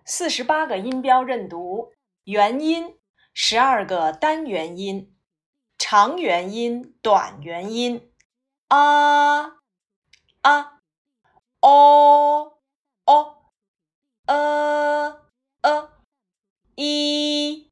48个音标认读，元音12个单元音，长元音、短元音，啊啊，哦哦，一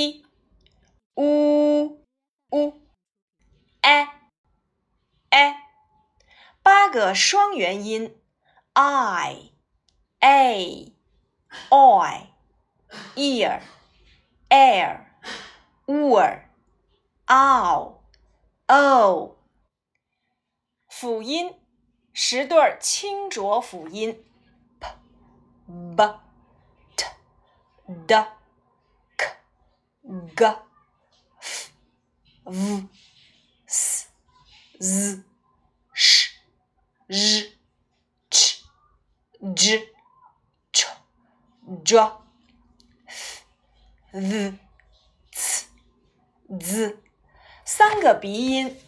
呜呜，8个双元音 I A oi ear air oor ow o 辅音10对清浊辅音 p b t d k g f v s z sh r ch j ch j f z c z 3个鼻音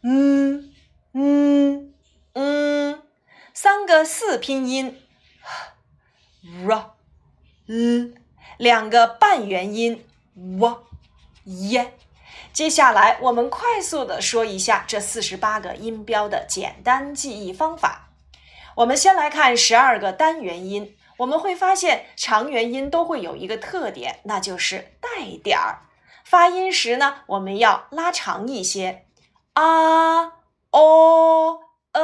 3个四拼音 r l 2个半元音 w ye。 接下来我们快速地说一下这48个音标的简单记忆方法。我们先来看12个单元音，我们会发现长元音都会有一个特点，那就是带点儿。发音时呢，我们要拉长一些，啊、哦、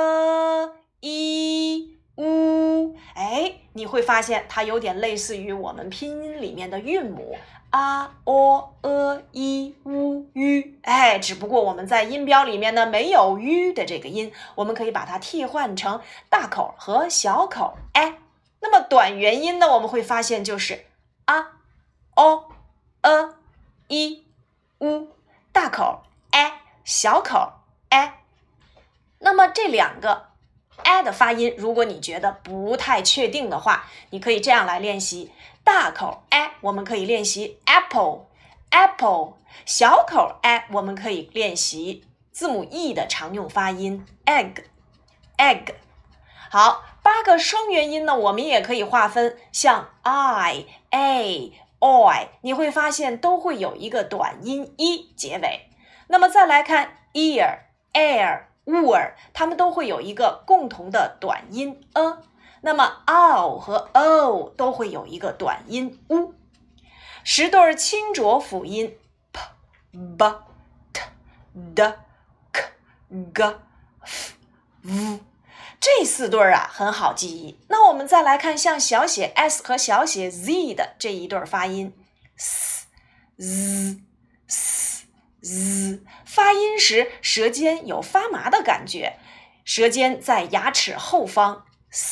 一、乌。你会发现它有点类似于我们拼音里面的韵母啊、哦、一、乌、吁。只不过我们在音标里面呢没有吁的这个音，我们可以把它替换成大口和小口。那么短元音呢，我们会发现就是啊、哦、一、乌，大口小口那么这两个的发音，如果你觉得不太确定的话，你可以这样来练习。大口我们可以练习 apple apple， 小口我们可以练习字母 e 的常用发音 egg egg。 好，8个双元音呢，我们也可以划分，像 I A oi， 你会发现都会有一个短音 e 结尾。那么再来看 ear air oor， 它们都会有一个共同的短音那么 ow 和 o 都会有一个短音 u。 10对清浊辅音 p b t d k g f v， 这4对很好记忆。那我们再来看像小写 s 和小写 z 的这一对发音 s z s z， 发音时舌尖有发麻的感觉，舌尖在牙齿后方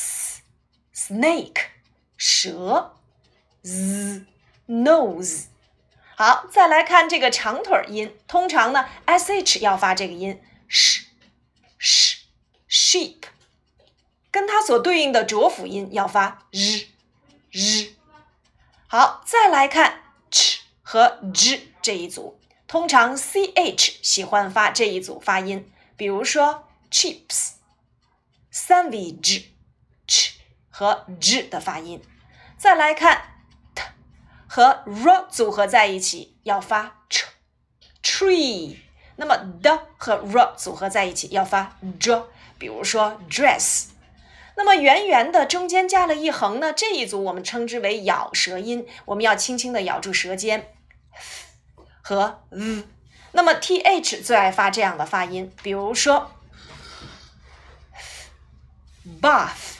snake 蛇 z nose。 好，再来看这个长腿音，通常呢 sh 要发这个音 sh sheep， 跟它所对应的浊辅音要发 r。 好，再来看 ch 和 zh 这一组，通常 ch 喜欢发这一组发音，比如说 chips sandwich ch 和 zh 的发音。再来看 t 和 r 组合在一起要发 ch tree， 那么 d 和 r 组合在一起要发 j， 比如说 dress。那么圆圆的中间加了一横呢，这一组我们称之为咬舌音，我们要轻轻地咬住舌尖和 v。 那么 th 最爱发这样的发音，比如说 bath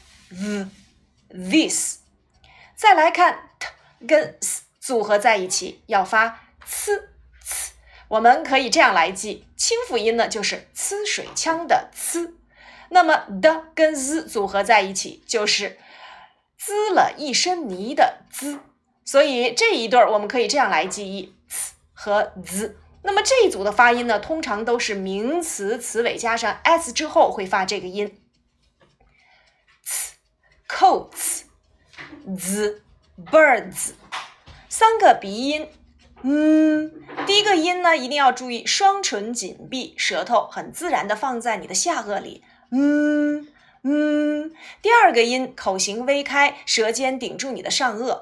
this。 再来看 t 跟 s 组合在一起要发 c， 我们可以这样来记，清辅音呢就是呲水枪的呲，那么 d 跟 z 组合在一起就是滋了一身泥的滋，所以这一对我们可以这样来记忆 c 和 z。 那么这一组的发音呢，通常都是名词词尾加上 s 之后会发这个音 c coats z birds。 3个鼻音第一个音呢，一定要注意双唇紧闭，舌头很自然的放在你的下颚里第二个音口型微开，舌尖顶住你的上颚，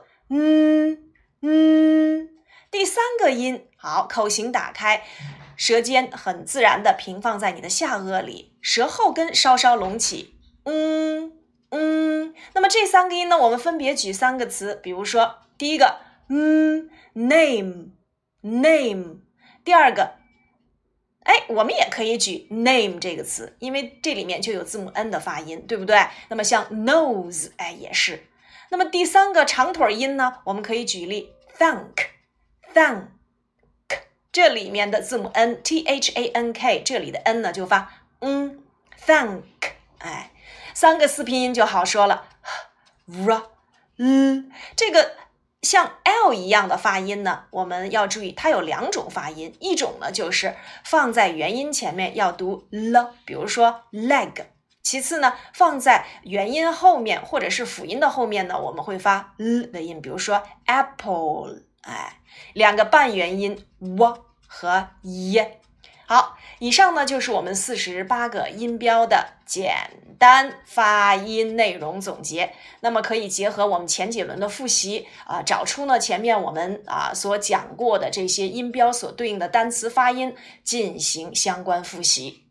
第三个音好，口型打开，舌尖很自然的平放在你的下颚里，舌后根稍稍隆起，那么这三个音呢，我们分别举三个词，比如说第一个name， 第二个我们也可以举 name 这个词，因为这里面就有字母 n 的发音，对不对？那么像 nose 也是。那么第三个长腿音呢，我们可以举例 thank， 这里面的字母 n thank， 这里的 n 呢就发thank， 三个四拼音就好说了 这个像 L 一样的发音呢，我们要注意它有两种发音，一种呢就是放在元音前面要读 l， 比如说 leg， 其次呢放在元音后面或者是辅音的后面呢，我们会发 l 的音，比如说 apple， 两个半元音 w 和 y。好，以上呢就是我们48个音标的简单发音内容总结。那么可以结合我们前几轮的复习找出呢前面我们所讲过的这些音标所对应的单词发音，进行相关复习。